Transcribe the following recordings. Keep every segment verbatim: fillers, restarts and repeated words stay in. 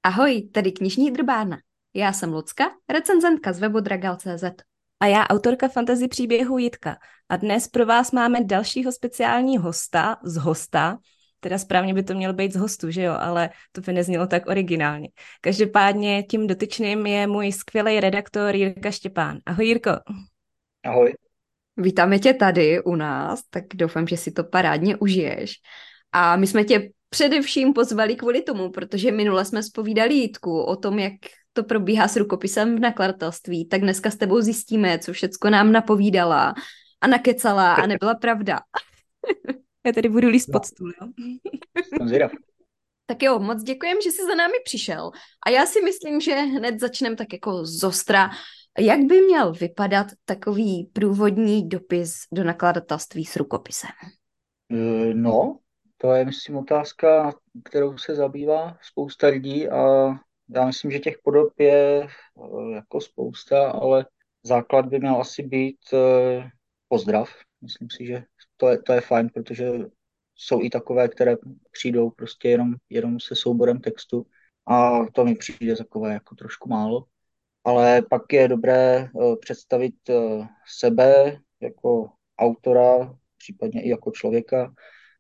Ahoj, tady knižní drbárna. Já jsem Lucka, recenzentka z webu dragal tečka cé zet. A já autorka fantasy příběhu Jitka. A dnes pro vás máme dalšího speciálního hosta z hosta, teda správně by to mělo být z hostu, že jo, ale to by neznělo tak originálně. Každopádně tím dotyčným je můj skvělý redaktor Jirka Štěpán. Ahoj Jirko. Ahoj. Vítáme tě tady u nás, tak doufám, že si to parádně užiješ. A my jsme tě především pozvali kvůli tomu, protože minule jsme zpovídali Jitku o tom, jak to probíhá s rukopisem v nakladatelství, tak dneska s tebou zjistíme, co všecko nám napovídala a nakecala a nebyla pravda. Já tady budu líst No, pod stůl, jo? jsem zvědav. Tak jo, moc děkujem, že jsi za námi přišel. A já si myslím, že hned začneme tak jako zostra. Jak by měl vypadat takový průvodní dopis do nakladatelství s rukopisem? Eh, No, to je, myslím, otázka, kterou se zabývá spousta lidí a já myslím, že těch podob je eh, jako spousta, ale základ by měl asi být eh, pozdrav. Myslím si, že to je, to je fajn, protože jsou i takové, které přijdou prostě jenom, jenom se souborem textu a to mi přijde takové jako trošku málo. Ale pak je dobré eh, představit eh, sebe jako autora, případně i jako člověka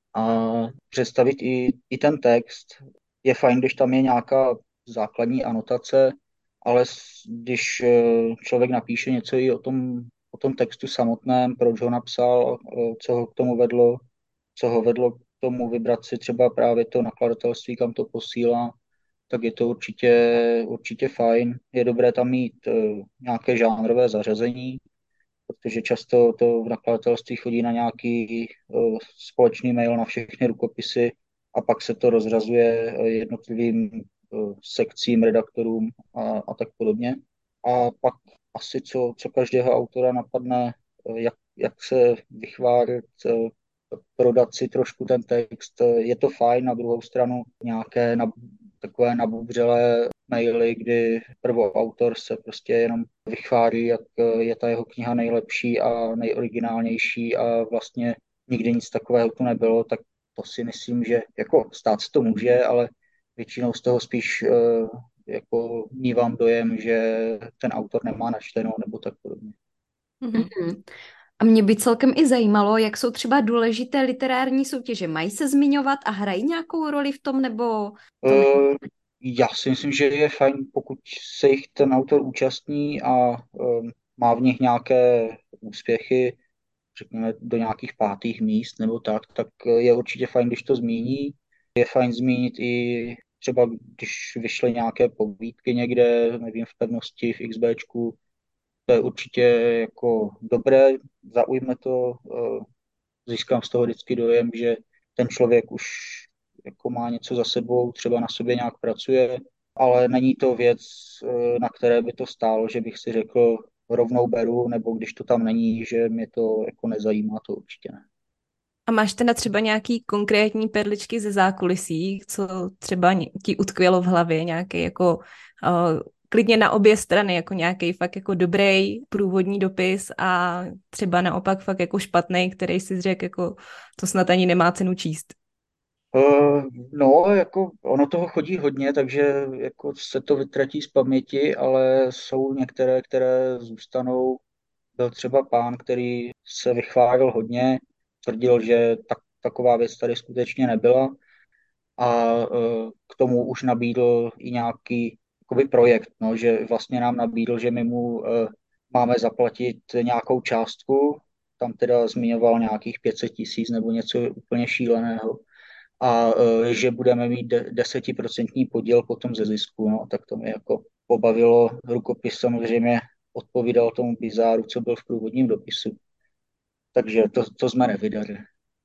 a představit i, i ten text. Je fajn, když tam je nějaká základní anotace, ale s- když eh, člověk napíše něco i o tom, o tom textu samotném, proč ho napsal, eh, co ho k tomu vedlo, co ho vedlo k tomu vybrat si třeba právě to nakladatelství, kam to posílá, tak je to určitě, určitě fajn. Je dobré tam mít eh, nějaké žánrové zařazení, protože často to v nakladatelství chodí na nějaký eh, společný mail na všechny rukopisy a pak se to rozrazuje eh, jednotlivým eh, sekcím, redaktorům a, a tak podobně. A pak asi co, co každého autora napadne, eh, jak, jak se vychválit, eh, prodat si trošku ten text. Eh, Je to fajn, na druhou stranu nějaké nab, takové nabubřelé maily, kdy prvoautor se prostě jenom vychválí, jak eh, je ta jeho kniha nejlepší a nejoriginálnější a vlastně nikdy nic takového tu nebylo, tak to si myslím, že jako stát se to může, ale většinou z toho spíš eh, jako mívám dojem, že ten autor nemá načteno nebo tak podobně. Mhm. Mhm. A mě by celkem i zajímalo, jak jsou třeba důležité literární soutěže. Mají se zmiňovat a hrají nějakou roli v tom, nebo to ne? Eh, Já si myslím, že je fajn, pokud se jich ten autor účastní a eh, má v nich nějaké úspěchy, řekněme do nějakých pátých míst nebo tak, tak je určitě fajn, když to zmíní. Je fajn zmínit i třeba, když vyšly nějaké povídky někde, nevím, v pevnosti, v XBčku, to je určitě jako dobré, zaujme to, eh, získám z toho vždycky dojem, že ten člověk už jako má něco za sebou, třeba na sobě nějak pracuje, ale není to věc, eh, na které by to stálo, že bych si řekl, rovnou beru, nebo když to tam není, že mě to jako nezajímá, to určitě ne. A máš teda třeba nějaký konkrétní perličky ze zákulisí, co třeba ně- ti utkvělo v hlavě, nějaký jako uh, klidně na obě strany, jako nějaký fakt jako dobrý průvodní dopis a třeba naopak fakt jako špatný, který si řekl jako to snad ani nemá cenu číst. Uh, no, jako ono toho chodí hodně, takže jako se to vytratí z paměti, ale jsou některé, které zůstanou. Byl třeba pán, který se vychválil hodně, tvrdil, že tak, taková věc tady skutečně nebyla a uh, k tomu už nabídl i nějaký jakoby projekt, no, že vlastně nám nabídl, že my mu uh, máme zaplatit nějakou částku, tam teda zmiňoval nějakých pět set tisíc nebo něco úplně šíleného a e, že budeme mít de- desetiprocentní podíl potom ze zisku, no, tak to mě jako pobavilo. Rukopis samozřejmě odpovídal tomu bizáru, co byl v průvodním dopisu, takže to, to jsme nevydali.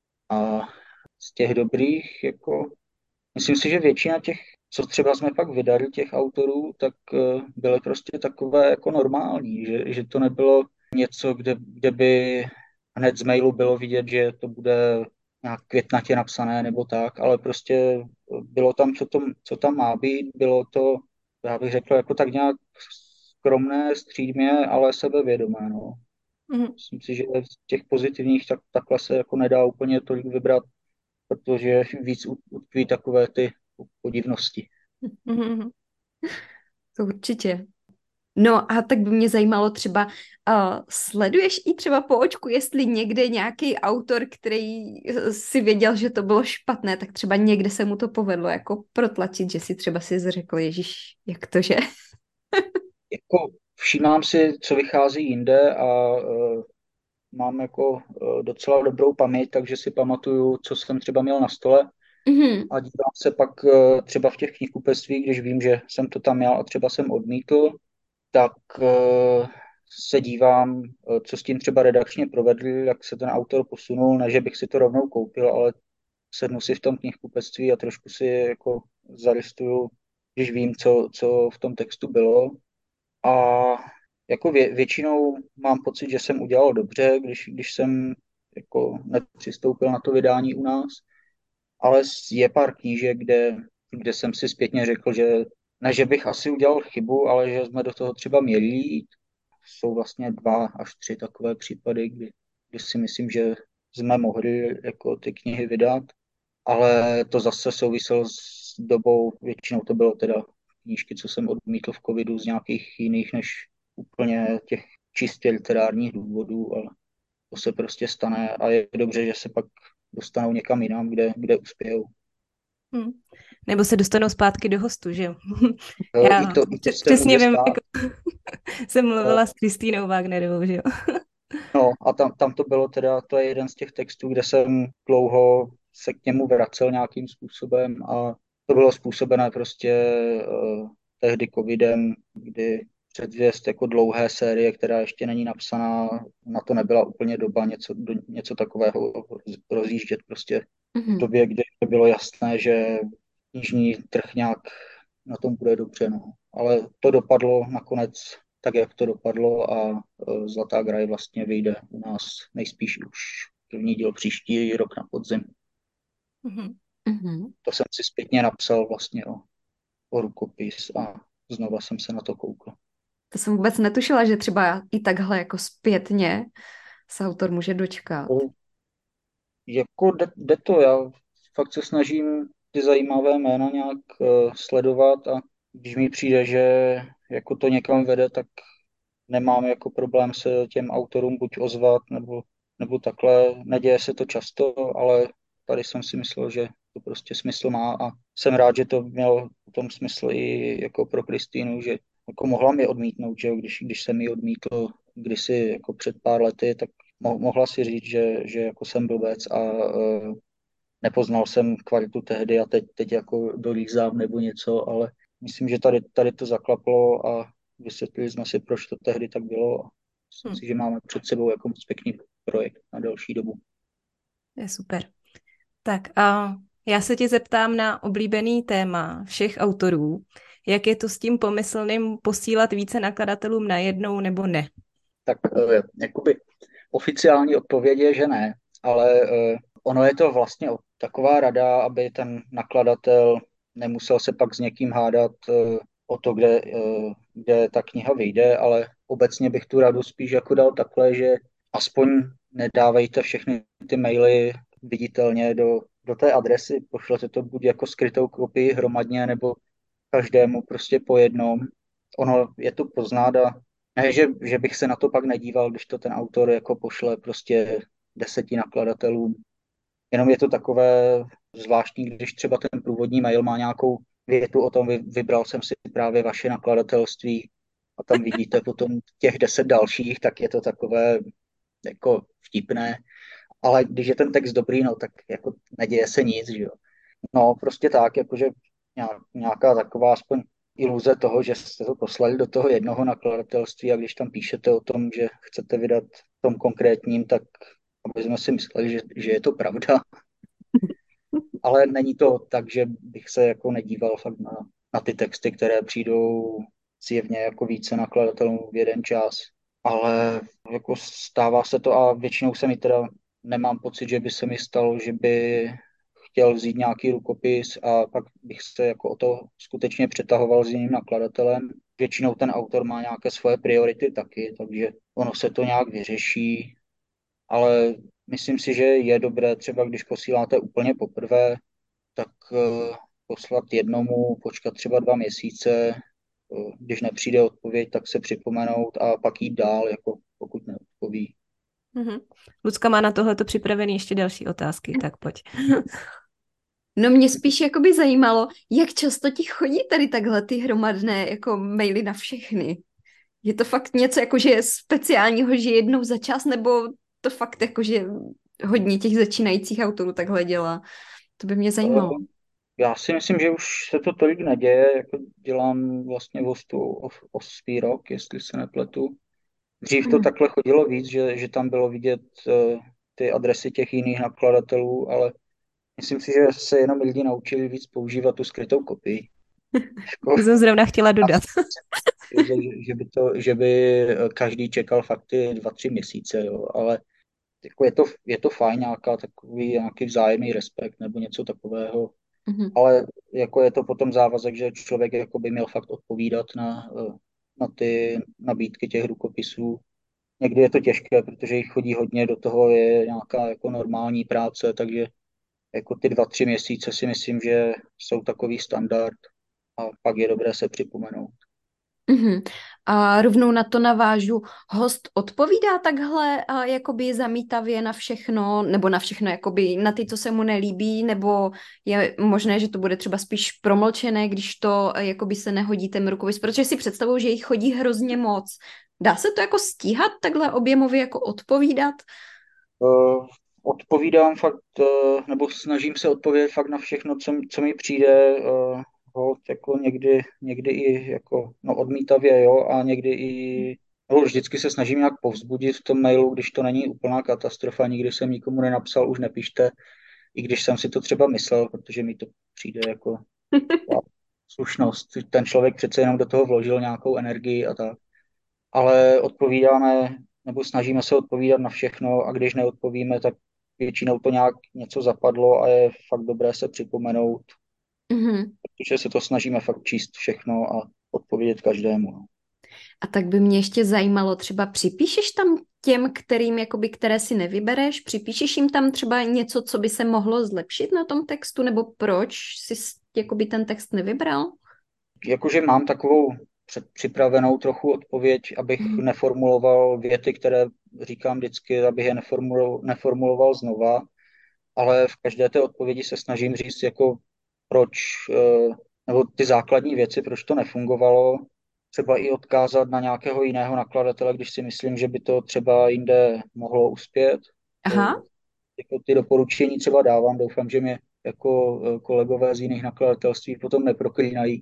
A z těch dobrých, jako, myslím si, že většina těch, co třeba jsme pak vydali, těch autorů, tak e, byly prostě takové jako normální, že, že to nebylo něco, kde, kde by hned z mailu bylo vidět, že to bude nějak květnatě napsané nebo tak, ale prostě bylo tam, co, to, co tam má být, bylo to, já bych řekl, jako tak nějak skromné, střídmě, ale sebevědomé, no. Mhm. Myslím si, že z těch pozitivních tak, takhle se jako nedá úplně tolik vybrat, protože víc ut- utkví takové ty podivnosti. Mhm. To určitě. No a tak by mě zajímalo třeba, uh, sleduješ i třeba po očku, jestli někde nějaký autor, který eh, si věděl, že to bylo špatné, tak třeba někde se mu to povedlo jako protlačit, že si třeba si řekl, Ježíš, jak to, že? Jako všímám si, co vychází jinde a uh, mám jako uh, docela dobrou paměť, takže si pamatuju, co jsem třeba měl na stole Mhm. a dívám se pak uh, třeba v těch knihkupectvích, když vím, že jsem to tam měl a třeba jsem odmítl, tak uh, se dívám, uh, co s tím třeba redakčně provedli, jak se ten autor posunul, ne, že bych si to rovnou koupil, ale sednu si v tom knihkupectví a trošku si jako zalistuju, když vím, co, co v tom textu bylo. A jako vě, většinou mám pocit, že jsem udělal dobře, když, když jsem jako nepřistoupil na to vydání u nás, ale je pár knížek, kde, kde jsem si zpětně řekl, že ne, že bych asi udělal chybu, ale že jsme do toho třeba měli jít. Jsou vlastně dva až tři takové případy, kdy, kdy si myslím, že jsme mohli jako ty knihy vydat, ale to zase souviselo s dobou, většinou to bylo teda knížky, co jsem odmítl v covidu z nějakých jiných než úplně těch čistě literárních důvodů, ale to se prostě stane a je dobře, že se pak dostanou někam jinam, kde, kde uspějou. Hm. Nebo se dostanou zpátky do hostu, že jo? E, I Já to, i to přes- se přesně může vím, stát. jako jsem E, mluvila s Kristýnou Wagnerovou, že jo? No a tam, tam to bylo teda, to je jeden z těch textů, kde jsem dlouho se k němu vracel nějakým způsobem a to bylo způsobené prostě uh, tehdy covidem, kdy předvěst jako dlouhé série, která ještě není napsaná, na to nebyla úplně doba něco, do, něco takového rozjíždět prostě v Mhm. době, kdy bylo jasné, že knižní trh nějak na tom bude dobře, no. Ale to dopadlo nakonec tak, jak to dopadlo a e, Zlatá graj vlastně vyjde u nás nejspíš už první díl příští rok na podzim. Mhm. Mhm. To jsem si zpětně napsal vlastně o, o rukopis a znova jsem se na to koukl. To jsem vůbec netušila, že třeba i takhle jako zpětně se autor může dočkat. To, jako jde, jde to, já fakt se snažím ty zajímavé jména nějak uh, sledovat a když mi přijde, že jako to někam vede, tak nemám jako problém se těm autorům buď ozvat, nebo, nebo takhle. Neděje se to často, ale tady jsem si myslel, že to prostě smysl má a jsem rád, že to mělo v tom smysl i jako pro Kristýnu, že jako mohla mi odmítnout, že jo, když, když jsem ji odmítl kdysi jako před pár lety, tak mo- mohla si říct, že, že jako jsem blbec a uh, nepoznal jsem kvalitu tehdy a teď, teď jako dolízám nebo něco, ale myslím, že tady, tady to zaklaplo a vysvětlili jsme si, proč to tehdy tak bylo. Myslím Hm. si, že máme před sebou jako moc pěkný projekt na delší dobu. Je super. Tak a já se tě zeptám na oblíbený téma všech autorů. Jak je to s tím pomyslným posílat více nakladatelům najednou nebo ne? Tak eh, jakoby oficiální odpověď je, že ne, ale eh, ono je to vlastně o- taková rada, aby ten nakladatel nemusel se pak s někým hádat eh, o to, kde, eh, kde ta kniha vyjde, ale obecně bych tu radu spíš jako dal takhle, že aspoň nedávejte všechny ty maily viditelně do, do té adresy, pošlete to buď jako skrytou kopii hromadně, nebo každému prostě po jednom. Ono je to poznat a ne, že, že bych se na to pak nedíval, když to ten autor jako pošle prostě deseti nakladatelům. Jenom je to takové zvláštní, když třeba ten průvodní mail má nějakou větu o tom, vy, vybral jsem si právě vaše nakladatelství a tam vidíte potom těch deset dalších, tak je to takové jako vtipné. Ale když je ten text dobrý, no tak jako neděje se nic, že jo. No, prostě tak, jakože nějak- nějaká taková aspoň iluze toho, že jste to poslali do toho jednoho nakladatelství a když tam píšete o tom, že chcete vydat v tom konkrétním, tak aby jsme si mysleli, že, že je to pravda. Ale není to tak, že bych se jako nedíval fakt na, na ty texty, které přijdou zjevně jako více nakladatelů v jeden čas. Ale jako stává se to a většinou se mi teda nemám pocit, že by se mi stalo, že by chtěl vzít nějaký rukopis a pak bych se jako o to skutečně přetahoval s jiným nakladatelem. Většinou ten autor má nějaké svoje priority taky, takže ono se to nějak vyřeší, ale myslím si, že je dobré třeba, když posíláte úplně poprvé, tak eh, poslat jednomu, počkat třeba dva měsíce, eh, když nepřijde odpověď, tak se připomenout a pak jít dál, jako pokud neodpoví. Mhm. Lucka má na tohleto připravený ještě další otázky, tak pojď. No mě spíš jakoby zajímalo, jak často ti chodí tady takhle ty hromadné jako maily na všechny. Je to fakt něco jako, že je speciálního, že jednou za čas, nebo to fakt jako, že hodně těch začínajících autorů takhle dělá? To by mě zajímalo. Eh, Já si myslím, že už se to tolik neděje, jako dělám vlastně vostu osmý rok, jestli se nepletu. Dřív to Mhm. takhle chodilo víc, že, že tam bylo vidět eh, ty adresy těch jiných nakladatelů, ale myslím si, že se jenom lidi naučili víc používat tu skrytou kopii. Jako, To jsem zrovna chtěla dodat. že, že, by to, že by každý čekal fakt ty dva, tři měsíce, jo, ale jako je to, je to fajn, nějaká takový, nějaký vzájemný respekt nebo něco takového, Mhm. ale jako je to potom závazek, že člověk jako by měl fakt odpovídat na, eh, na ty nabídky těch rukopisů. Někdy je to těžké, protože jich chodí hodně, do toho je nějaká jako normální práce, takže jako ty dva, tři měsíce si myslím, že jsou takový standard a pak je dobré se připomenout. Mhm. A rovnou na to navážu. Host odpovídá takhle a jakoby zamítavě na všechno, nebo na všechno, jakoby na ty, co se mu nelíbí, nebo je možné, že to bude třeba spíš promlčené, když to eh, jakoby se nehodí ten rukopis, protože si představuju, že jich chodí hrozně moc. Dá se to jako stíhat takhle objemově jako odpovídat? Uh, odpovídám fakt, uh, nebo snažím se odpovědět fakt na všechno, co, co mi přijde, uh, hold, jako někdy, někdy i jako, no odmítavě, jo, a někdy i, no vždycky se snažím nějak povzbudit v tom mailu, když to není úplná katastrofa, nikdy jsem nikomu nenapsal, už nepište, i když jsem si to třeba myslel, protože mi to přijde jako wow, slušnost. Ten člověk přece jenom do toho vložil nějakou energii a tak. Ale odpovídáme, nebo snažíme se odpovídat na všechno a když neodpovíme, tak většinou to nějak něco zapadlo a je fakt dobré se připomenout, Mhm. protože se to snažíme fakt číst všechno a odpovědět každému. No. A tak by mě ještě zajímalo, třeba připíšeš tam těm, kterým, jakoby, které si nevybereš, připíšeš jim tam třeba něco, co by se mohlo zlepšit na tom textu, nebo proč jsi jakoby ten text nevybral? Jakože mám takovou předpřipravenou trochu odpověď, abych Mhm. neformuloval věty, které říkám vždycky, abych je neformuloval, neformuloval znova, ale v každé té odpovědi se snažím říct, jako proč, eh, nebo ty základní věci, proč to nefungovalo, třeba i odkázat na nějakého jiného nakladatele, když si myslím, že by to třeba jinde mohlo uspět. To, Aha. jako ty doporučení třeba dávám, doufám, že mě jako eh, kolegové z jiných nakladatelství potom neproklínají,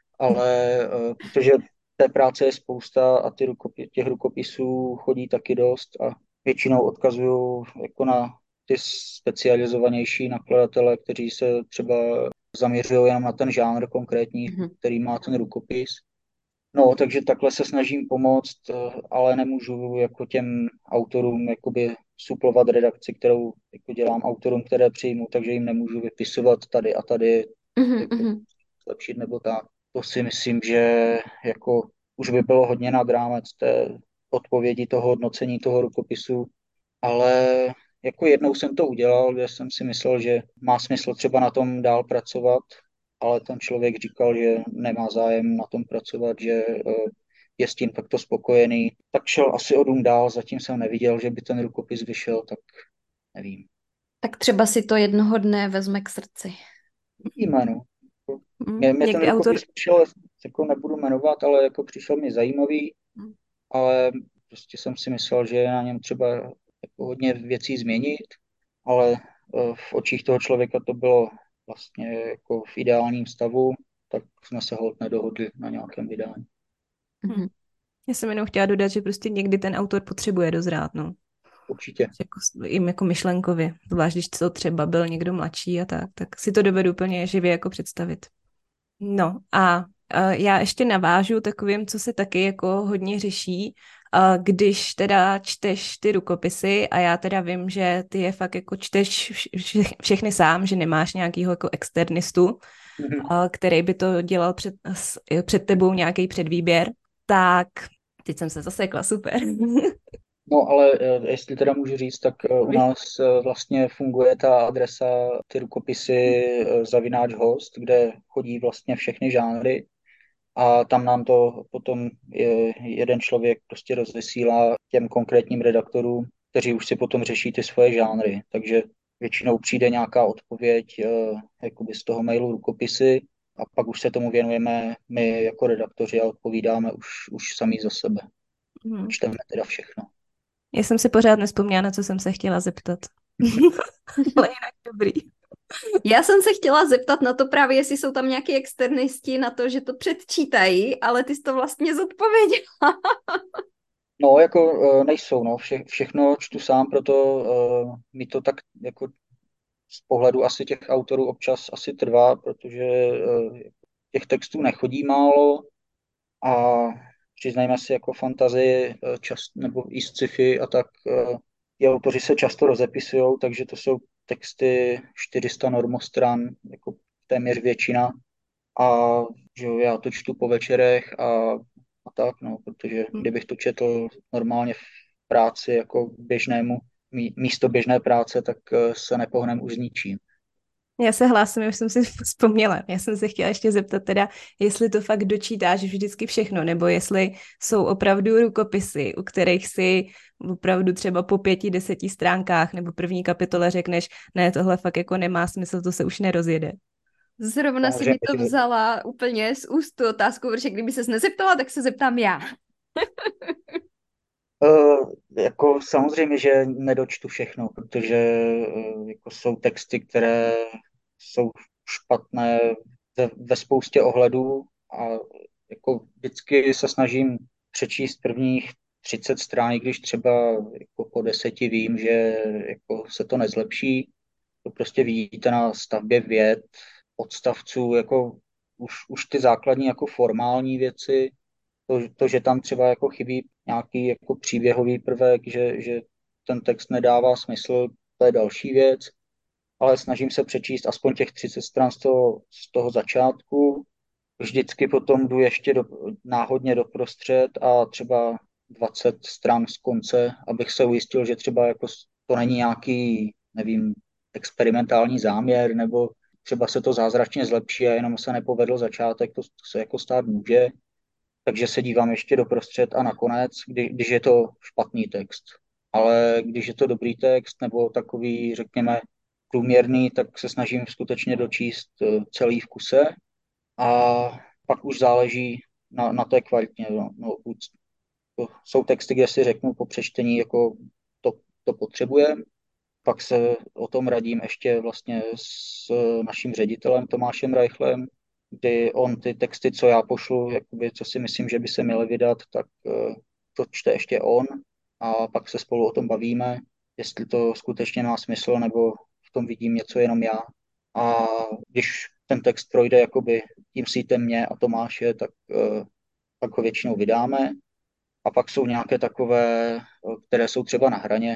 ale eh, protože té práce je spousta a ty rukopi- těch rukopisů chodí taky dost a většinou odkazuju jako na ty specializovanější nakladatele, kteří se třeba zaměřují jenom na ten žánr konkrétní, Mhm. který má ten rukopis. No, takže takhle se snažím pomoct, eh, ale nemůžu jako těm autorům jakoby suplovat redakci, kterou jako dělám autorům, které přijmu, takže jim nemůžu vypisovat tady a tady Mhm, jako mhm. zlepšit nebo tak. To si myslím, že jako už by bylo hodně nad rámec té odpovědi toho hodnocení toho rukopisu, ale jako jednou jsem to udělal, kde jsem si myslel, že má smysl třeba na tom dál pracovat, ale ten člověk říkal, že nemá zájem na tom pracovat, že eh, je s tím takto spokojený. Tak šel asi o dům dál, zatím jsem neviděl, že by ten rukopis vyšel, tak nevím. Tak třeba si to jednoho dne vezme k srdci. Vidíme, no. Mm, Mě, mě ten někdy autor... rukopis přišel, jako nebudu jmenovat, ale jako přišel mi zajímavý, ale prostě jsem si myslel, že je na něm třeba jako hodně věcí změnit, ale eh, v očích toho člověka to bylo vlastně jako v ideálním stavu, tak jsme se holt nedohodli na nějakém vydání. Hm. Mhm. Já jsem jenom chtěla dodat, že prostě někdy ten autor potřebuje dozrát, no. Určitě. Jako, s- jim jako myšlenkově. Zvlášť, když to třeba byl někdo mladší a tak, tak si to dovedu úplně živě jako představit. No a a já ještě navážu takovým, co se taky jako hodně řeší, a když teda čteš ty rukopisy a já teda vím, že ty je fakt jako čteš vš- vše- všechny sám, že nemáš nějakýho jako externistu, Mhm. a který by to dělal před, s- před tebou nějaký předvýběr, tak teď jsem se zasekla, super. No ale eh, jestli teda můžu říct, tak eh, u nás eh, vlastně funguje ta adresa ty rukopisy eh, zavináč host, kde chodí vlastně všechny žánry a tam nám to potom je, jeden člověk prostě rozesílá těm konkrétním redaktorům, kteří už si potom řeší ty svoje žánry. Takže většinou přijde nějaká odpověď eh, jakoby z toho mailu rukopisy a pak už se tomu věnujeme my jako redaktoři a odpovídáme už, už sami za sebe. Hmm. Čteme teda všechno. Já jsem si pořád nespomněla, na co jsem se chtěla zeptat. Ale jinak dobrý. Já jsem se chtěla zeptat na to právě, jestli jsou tam nějaký externisti na to, že to předčítají, ale ty jsi to vlastně zodpověděla. No, jako eh, nejsou, no, Vše, všechno čtu sám, proto uh, mi to tak jako z pohledu asi těch autorů občas asi trvá, protože uh, těch textů nechodí málo a přiznajme si jako fantazii uh, čas, nebo i sci-fi a tak uh, i autoři se často rozepisují, takže to jsou texty čtyři sta normostran, jako téměř většina a že jo, já to čtu po večerech a, a tak, no, protože kdybych to četl normálně v práci jako běžnému, mí- místo běžné práce, tak eh, se nepohnem už s ničím. Já se hlásím, už jsem si vzpomněla. Já jsem se chtěla ještě zeptat teda, jestli to fakt dočítáš vždycky všechno, nebo jestli jsou opravdu rukopisy, u kterých si opravdu třeba po pěti, deseti stránkách nebo první kapitole řekneš, ne, tohle fakt jako nemá smysl, to se už nerozjede. Zrovna si Samozřejmě, mi to že, vzala úplně z úst tu otázku, protože kdyby ses nezeptala, tak se zeptám já. eh, jako samozřejmě, že nedočtu všechno, protože eh, jako jsou texty, které jsou špatné ve, ve spoustě ohledů a jako vždycky se snažím přečíst prvních třicet strán, i když třeba jako po deseti vím, že jako se to nezlepší. To prostě vidíte na stavbě vět, odstavců, jako už, už ty základní jako formální věci, to, to, že tam třeba jako chybí nějaký jako příběhový prvek, že, že ten text nedává smysl, to je další věc, ale snažím se přečíst aspoň těch třicet stran z toho, z toho začátku. Vždycky potom jdu ještě do, náhodně doprostřed a třeba dvacet stran z konce, abych se ujistil, že třeba jako to není nějaký, nevím, experimentální záměr, nebo třeba se to zázračně zlepší a jenom se nepovedl začátek, to, to se jako stát může. Takže se dívám ještě doprostřed a nakonec, kdy, když je to špatný text. Ale když je to dobrý text nebo takový, řekněme, průměrný, tak se snažím skutečně dočíst eh, celý v kuse a pak už záleží na, na té kvalitě. No, no, buď to jsou texty, kde si řeknu po přečtení, jako to, to potřebujeme. Pak se o tom radím ještě vlastně s naším ředitelem Tomášem Reichlem, kdy on ty texty, co já pošlu, jakoby, co si myslím, že by se měly vydat, tak eh, to čte ještě on a pak se spolu o tom bavíme, jestli to skutečně má smysl, nebo v tom vidím něco jenom já. A když ten text projde jakoby tím sítem mě a Tomáše, tak, eh, tak ho většinou vydáme. A pak jsou nějaké takové, eh, které jsou třeba na hraně,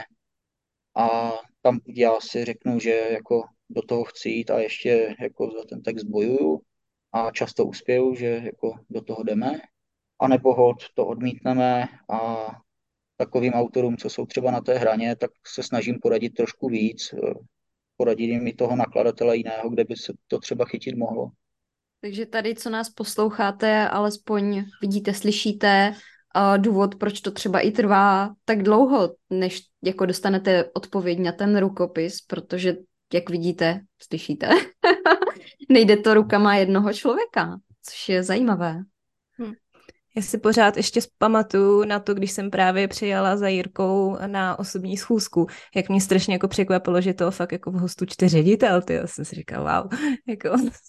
a tam já si řeknu, že jako do toho chci jít a ještě jako za ten text bojuju a často uspěju, že jako do toho jdeme, anebo hod to odmítneme a takovým autorům, co jsou třeba na té hraně, tak se snažím poradit trošku víc, eh, poradit jim i toho nakladatele jiného, kde by se to třeba chytit mohlo. Takže tady, co nás posloucháte, alespoň vidíte, slyšíte, a důvod, proč to třeba i trvá tak dlouho, než jako dostanete odpověď na ten rukopis, protože, jak vidíte, slyšíte, nejde to rukama jednoho člověka, což je zajímavé. Hm. Já si pořád ještě pamatuju na to, když jsem právě přijala za Jirkou na osobní schůzku, jak mě strašně jako překvapilo, že to fakt jako v hostu čte ředitel, ty, já jsem si říkala, wow, jako...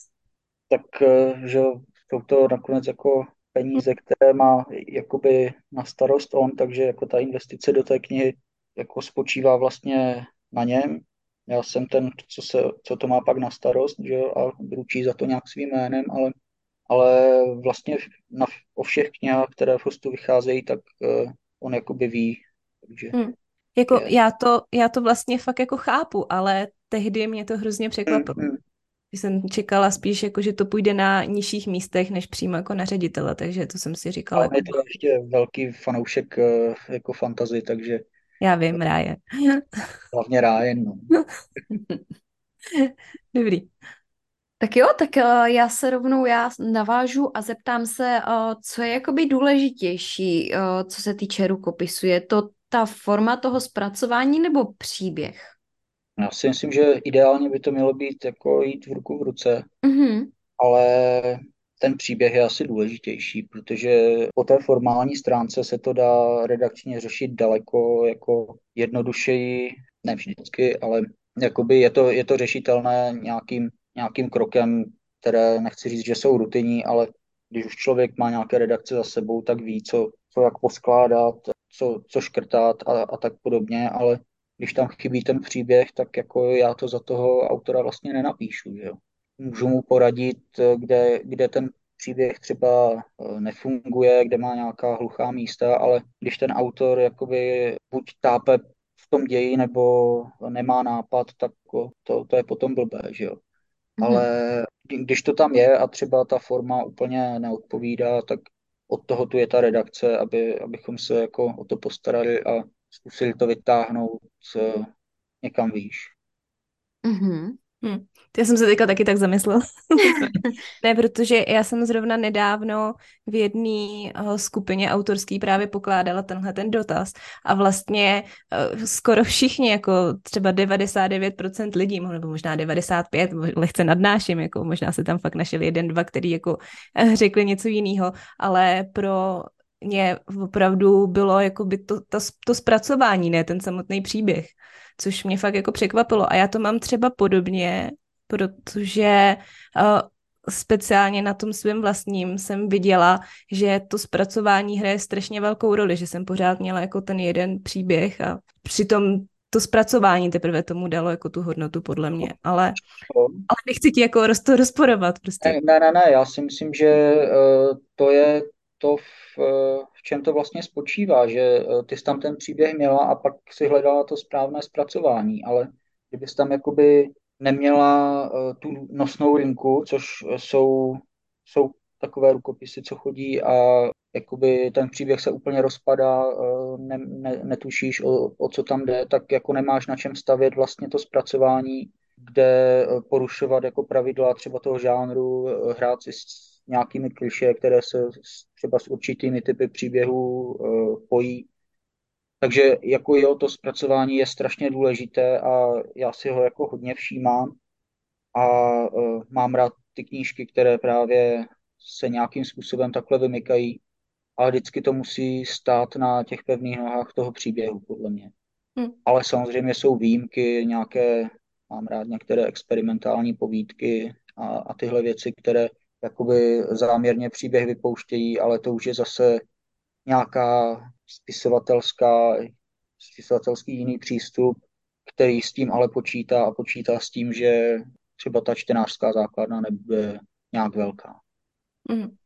Tak, eh, že jsou to nakonec jako peníze, které má jakoby na starost on, takže jako ta investice do té knihy jako spočívá vlastně na něm. Já jsem ten, co, se, co to má pak na starost, že jo, a ručí za to nějak svým jménem, ale, ale vlastně na, o všech knihách, které v hostu vycházejí, tak uh, on jakoby ví. Takže Hm. Jako je. já to, já to vlastně fakt jako chápu, ale tehdy mě to hrozně překvapilo. Mm, mm. Jsem čekala spíš, jako, že to půjde na nižších místech, než přímo jako na ředitele, takže to jsem si A říkala. on je to ještě velký fanoušek uh, jako fantasy, takže Já vím, Ráje. Hlavně Ryan, no. Dobrý. Tak jo, tak uh, já se rovnou já navážu a zeptám se, uh, co je jakoby důležitější, uh, co se týče rukopisu. Je to ta forma toho zpracování nebo příběh? Já si myslím, že ideálně by to mělo být jako jít v ruku v ruce, Mhm, ale ten příběh je asi důležitější, protože po té formální stránce se to dá redakčně řešit daleko jako jednodušeji, ne vždycky, ale jakoby je to, je to řešitelné nějakým, nějakým krokem, které nechci říct, že jsou rutinní, ale když už člověk má nějaké redakce za sebou, tak ví, co, co jak poskládat, co, co škrtat a, a tak podobně, ale když tam chybí ten příběh, tak jako já to za toho autora vlastně nenapíšu, že jo. Můžu mu poradit, kde, kde ten příběh třeba eh, nefunguje, kde má nějaká hluchá místa, ale když ten autor jakoby buď tápe v tom ději, nebo nemá nápad, tak jako to, to je potom blbé, že jo. mhm, Ale kdy- když to tam je a třeba ta forma úplně neodpovídá, tak od toho tu je ta redakce, aby, abychom se jako o to postarali a zkusili to vytáhnout eh, někam výš. mhm. Hm. Já jsem se teďka taky tak zamyslela. Sorry. Ne, protože já jsem zrovna nedávno v jedné uh, skupině autorský právě pokládala tenhle ten dotaz a vlastně uh, skoro všichni, jako třeba devadesát devět procent lidí, nebo možná devadesát pět procent, lehce nadnáším, jako možná se tam fakt našli jeden, dva, který jako uh, řekli něco jiného, ale pro mě opravdu bylo jako by to, to, to zpracování, ne ten samotný příběh, což mě fakt jako překvapilo. A já to mám třeba podobně, protože uh, speciálně na tom svém vlastním jsem viděla, že to zpracování hraje strašně velkou roli, že jsem pořád měla jako ten jeden příběh a přitom to zpracování teprve tomu dalo jako tu hodnotu podle mě, ale, ale nechci ti jako roz, to rozporovat prostě. Ne, ne, ne, ne, já si myslím, že eh, to je to, v, eh, v čem to vlastně spočívá, že eh, ty jsi tam ten příběh měla a pak si hledala to správné zpracování, ale kdybys tam jakoby neměla eh, tu nosnou linku, což jsou, jsou takové rukopisy, co chodí a jakoby ten příběh se úplně rozpadá, eh, ne, ne, netušíš, o, o co tam jde, tak jako nemáš na čem stavět vlastně to zpracování, kde eh, porušovat jako pravidla třeba toho žánru, eh, hrát si s nějakými klišé, které se s- třeba s určitými typy příběhů eh, pojí. Takže jako jo, to zpracování je strašně důležité a já si ho jako hodně všímám a eh, mám rád ty knížky, které právě se nějakým způsobem takhle vymykají, ale vždycky to musí stát na těch pevných nohách toho příběhu, podle mě. Hm. Ale samozřejmě jsou výjimky, nějaké, mám rád některé experimentální povídky a, a tyhle věci, které jakoby záměrně příběh vypouštějí, ale to už je zase nějaká spisovatelská, spisovatelský jiný přístup, který s tím ale počítá a počítá s tím, že třeba ta čtenářská základna nebude nějak velká. Hm.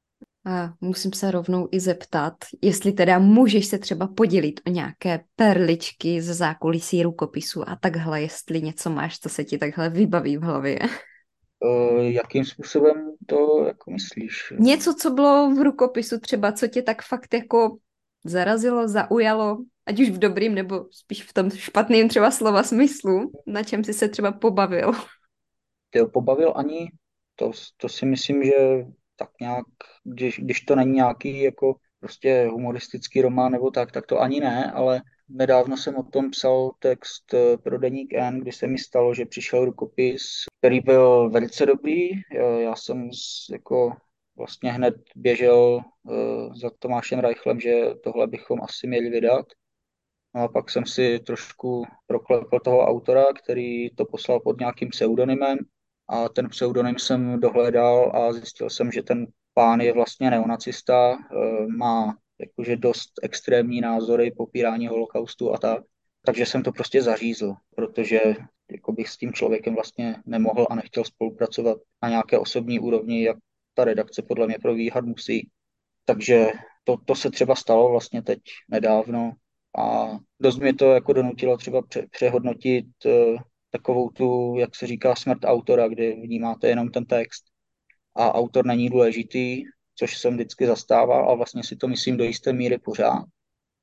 A musím se rovnou i zeptat, jestli teda můžeš se třeba podělit o nějaké perličky ze zákulisí rukopisu a takhle, jestli něco máš, co se ti takhle vybaví v hlavě. E, jakým způsobem to jako myslíš? Něco, co bylo v rukopisu třeba, co tě tak fakt jako zarazilo, zaujalo, ať už v dobrým nebo spíš v tom špatným třeba slova smyslu, na čem jsi se třeba pobavil. Ty ho pobavil ani, to, to si myslím, že tak nějak, když, když to není nějaký jako prostě humoristický román nebo tak, tak to ani ne, ale nedávno jsem o tom psal text eh, pro deník N, kdy se mi stalo, že přišel rukopis, který byl velice dobrý. Eh, Já jsem z, jako vlastně hned běžel uh, za Tomášem Reichlem, že tohle bychom asi měli vydat. No a pak jsem si trošku proklepl toho autora, který to poslal pod nějakým pseudonymem a ten pseudonym jsem dohledal a zjistil jsem, že ten pán je vlastně neonacista, eh, má jakože dost extrémní názory, popírání holokaustu a tak. Takže jsem to prostě zařízl, protože jako bych s tím člověkem vlastně nemohl a nechtěl spolupracovat na nějaké osobní úrovni, jak ta redakce podle mě probíhat musí. Takže to, to se třeba stalo vlastně teď nedávno a dost mě to jako donutilo třeba pře- přehodnotit uh, takovou tu, jak se říká, smrt autora, kdy vnímáte jenom ten text a autor není důležitý, což jsem vždycky zastával a vlastně si to myslím do jisté míry pořád.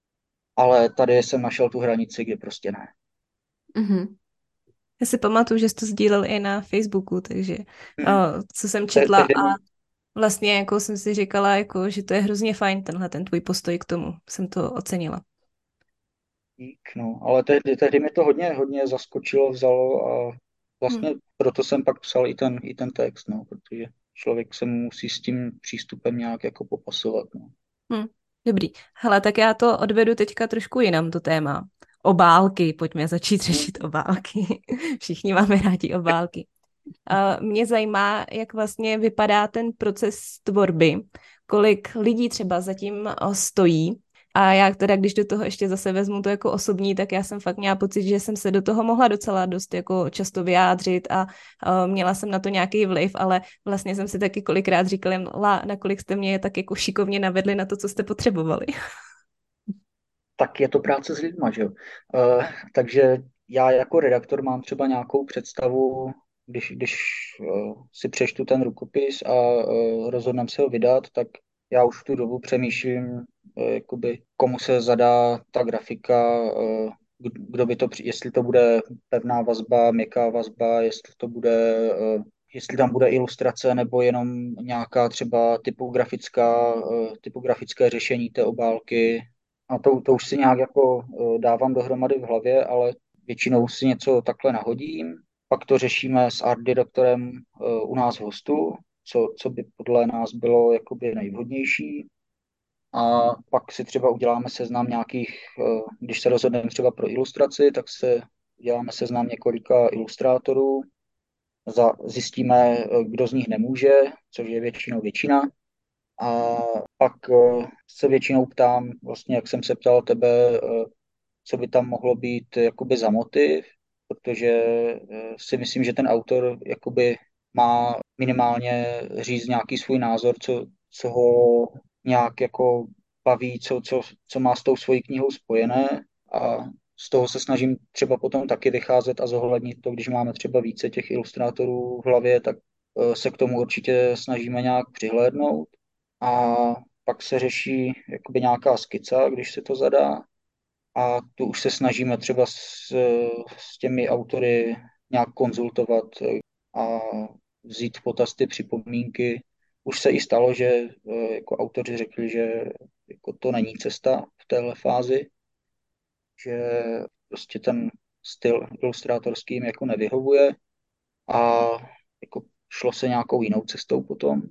ale tady jsem našel tu hranici, kde prostě ne. Mhm. Já si pamatuju, že jsi to sdílel i na Facebooku, takže Hmm. uh, co jsem Te- četla tehdy a mi vlastně jako jsem si říkala, jako, že to je hrozně fajn, tenhle ten tvůj postoj k tomu. Jsem to ocenila. dík, no, ale tehdy, tehdy mi to hodně, hodně zaskočilo, vzalo a Hm, vlastně proto jsem pak psal i ten, i ten text, no, protože člověk se musí s tím přístupem nějak jako popasovat, no. hm, dobrý. Hele, tak já to odvedu teďka trošku jinam, to téma. Obálky, pojďme začít Hmm. řešit obálky. Všichni máme rádi obálky. Uh, mě zajímá, jak vlastně vypadá ten proces tvorby, kolik lidí třeba zatím uh, stojí. A já teda, když do toho ještě zase vezmu to jako osobní, tak já jsem fakt měla pocit, že jsem se do toho mohla docela dost jako často vyjádřit a uh, měla jsem na to nějaký vliv, ale vlastně jsem si taky kolikrát říkala, nakolik jste mě tak jako šikovně navedli na to, co jste potřebovali. Tak je to práce s lidma, že jo. Uh, takže já jako redaktor mám třeba nějakou představu, když, když uh, si přečtu ten rukopis a uh, rozhodneme se ho vydat, tak já už v tu dobu přemýšlím, uh, jakoby, komu se zadá ta grafika, uh, kdo by to, při- jestli to bude pevná vazba, měkká vazba, jestli to bude, uh, jestli tam bude ilustrace nebo jenom nějaká třeba typografická, uh, typografické řešení té obálky. A to, to už si nějak jako eh, dávám dohromady v hlavě, ale většinou si něco takhle nahodím. Pak to řešíme s art direktorem eh, u nás v hostu, co, co by podle nás bylo jakoby nejvhodnější. A pak si třeba uděláme seznam nějakých, eh, když se rozhodneme třeba pro ilustraci, tak se uděláme seznam několika ilustrátorů, za, zjistíme, eh, kdo z nich nemůže, což je většinou většina. A pak eh, se většinou ptám, vlastně jak jsem se ptal tebe, eh, co by tam mohlo být jakoby za motiv, protože eh, si myslím, že ten autor jakoby má minimálně říct nějaký svůj názor, co, co ho nějak jako baví, co, co, co má s tou svojí knihou spojené a z toho se snažím třeba potom taky vycházet a zohlednit to, když máme třeba více těch ilustrátorů v hlavě, tak eh, se k tomu určitě snažíme nějak přihlédnout a pak se řeší jakoby nějaká skica, když se to zadá a tu už se snažíme třeba s, s těmi autory nějak konzultovat a vzít v potaz ty připomínky. Už se i stalo, že eh, jako autoři řekli, že jako to není cesta v téhle fázi, že prostě ten styl ilustrátorský jim jako nevyhovuje a jako šlo se nějakou jinou cestou potom,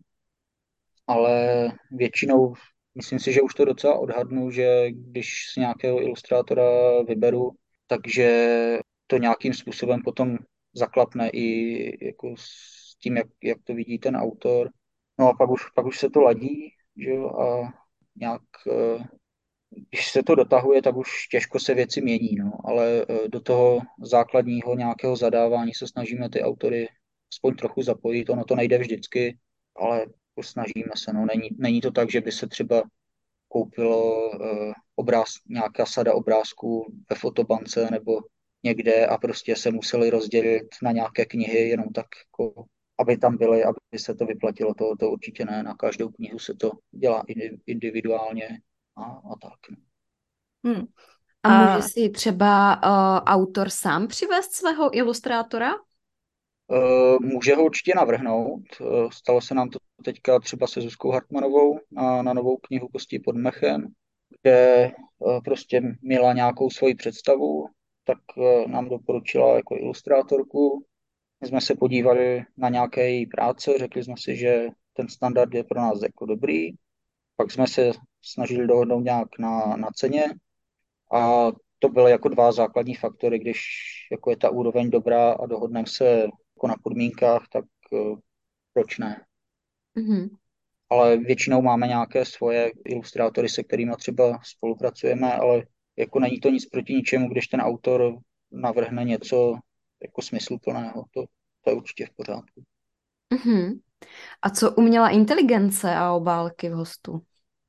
ale většinou myslím si, že už to docela odhadnu, že když si nějakého ilustrátora vyberu, takže to nějakým způsobem potom zaklapne i jako s tím, jak, jak to vidí ten autor. No a pak už, pak už se to ladí, že jo, a nějak, eh, když se to dotahuje, tak už těžko se věci mění, no, ale eh, do toho základního nějakého zadávání se snažíme ty autory aspoň trochu zapojit, ono to nejde vždycky, ale jako snažíme se, no, není, není to tak, že by se třeba koupilo uh, obráz, nějaká sada obrázků ve fotobance nebo někde a prostě se museli rozdělit na nějaké knihy jenom tak, jako, aby tam byly, aby se to vyplatilo. To, to určitě ne. Na každou knihu se to dělá individuálně a, a tak. No. Hmm. A může A si třeba uh, autor sám přivést svého ilustrátora? Uh, může ho určitě navrhnout. Uh, stalo se nám to teďka třeba se Zuzkou Hartmanovou na, na novou knihu Kosti pod mechem, kde uh, prostě měla nějakou svoji představu, tak uh, nám doporučila jako ilustrátorku. My jsme se podívali na nějaké její práce, řekli jsme si, že ten standard je pro nás jako dobrý. Pak jsme se snažili dohodnout nějak na, na ceně a to byly jako dva základní faktory, když jako je ta úroveň dobrá a dohodneme se jako na podmínkách, tak uh, proč ne? Mhm. Ale většinou máme nějaké svoje ilustrátory, se kterými třeba spolupracujeme, ale jako není to nic proti ničemu, když ten autor navrhne něco jako smysluplného. To, to je určitě v pořádku. Mhm. A co umělá inteligence a obálky v hostu?